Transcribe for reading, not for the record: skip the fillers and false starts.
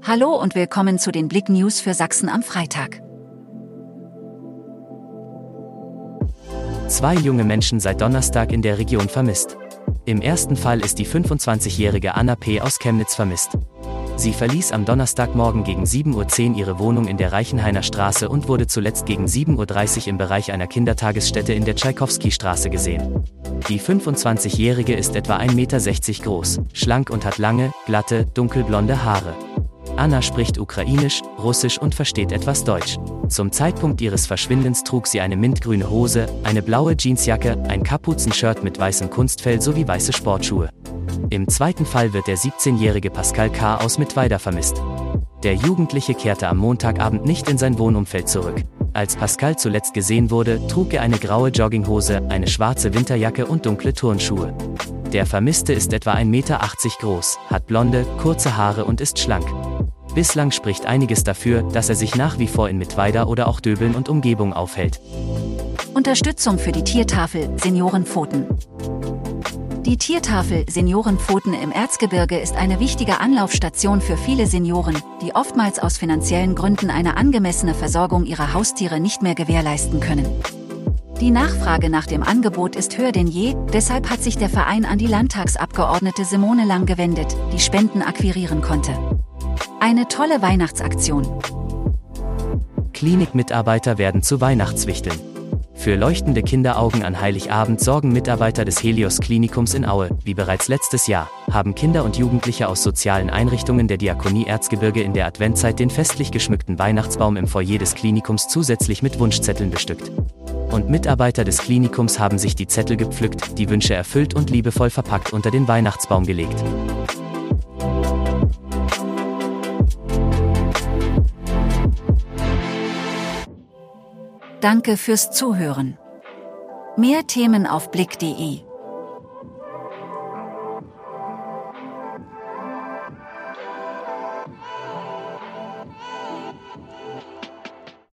Hallo und willkommen zu den Blick News für Sachsen am Freitag. 2 junge Menschen seit Donnerstag in der Region vermisst. Im ersten Fall ist die 25-jährige Anna P. aus Chemnitz vermisst. Sie verließ am Donnerstagmorgen gegen 7:10 Uhr ihre Wohnung in der Reichenhainer Straße und wurde zuletzt gegen 7:30 Uhr im Bereich einer Kindertagesstätte in der Tschaikowski-Straße gesehen. Die 25-jährige ist etwa 1,60 Meter groß, schlank und hat lange, glatte, dunkelblonde Haare. Anna spricht Ukrainisch, Russisch und versteht etwas Deutsch. Zum Zeitpunkt ihres Verschwindens trug sie eine mintgrüne Hose, eine blaue Jeansjacke, ein Kapuzenshirt mit weißem Kunstfell sowie weiße Sportschuhe. Im zweiten Fall wird der 17-jährige Pascal K. aus Mittweida vermisst. Der Jugendliche kehrte am Montagabend nicht in sein Wohnumfeld zurück. Als Pascal zuletzt gesehen wurde, trug er eine graue Jogginghose, eine schwarze Winterjacke und dunkle Turnschuhe. Der Vermisste ist etwa 1,80 Meter groß, hat blonde, kurze Haare und ist schlank. Bislang spricht einiges dafür, dass er sich nach wie vor in Mittweida oder auch Döbeln und Umgebung aufhält. Unterstützung für die Tiertafel Seniorenpfoten. Die Tiertafel Seniorenpfoten im Erzgebirge ist eine wichtige Anlaufstation für viele Senioren, die oftmals aus finanziellen Gründen eine angemessene Versorgung ihrer Haustiere nicht mehr gewährleisten können. Die Nachfrage nach dem Angebot ist höher denn je, deshalb hat sich der Verein an die Landtagsabgeordnete Simone Lang gewendet, die Spenden akquirieren konnte. Eine tolle Weihnachtsaktion. Klinikmitarbeiter werden zu Weihnachtswichteln. Für leuchtende Kinderaugen an Heiligabend sorgen Mitarbeiter des Helios Klinikums in Aue. Wie bereits letztes Jahr haben Kinder und Jugendliche aus sozialen Einrichtungen der Diakonie Erzgebirge in der Adventzeit den festlich geschmückten Weihnachtsbaum im Foyer des Klinikums zusätzlich mit Wunschzetteln bestückt. Und Mitarbeiter des Klinikums haben sich die Zettel gepflückt, die Wünsche erfüllt und liebevoll verpackt unter den Weihnachtsbaum gelegt. Danke fürs Zuhören. Mehr Themen auf blick.de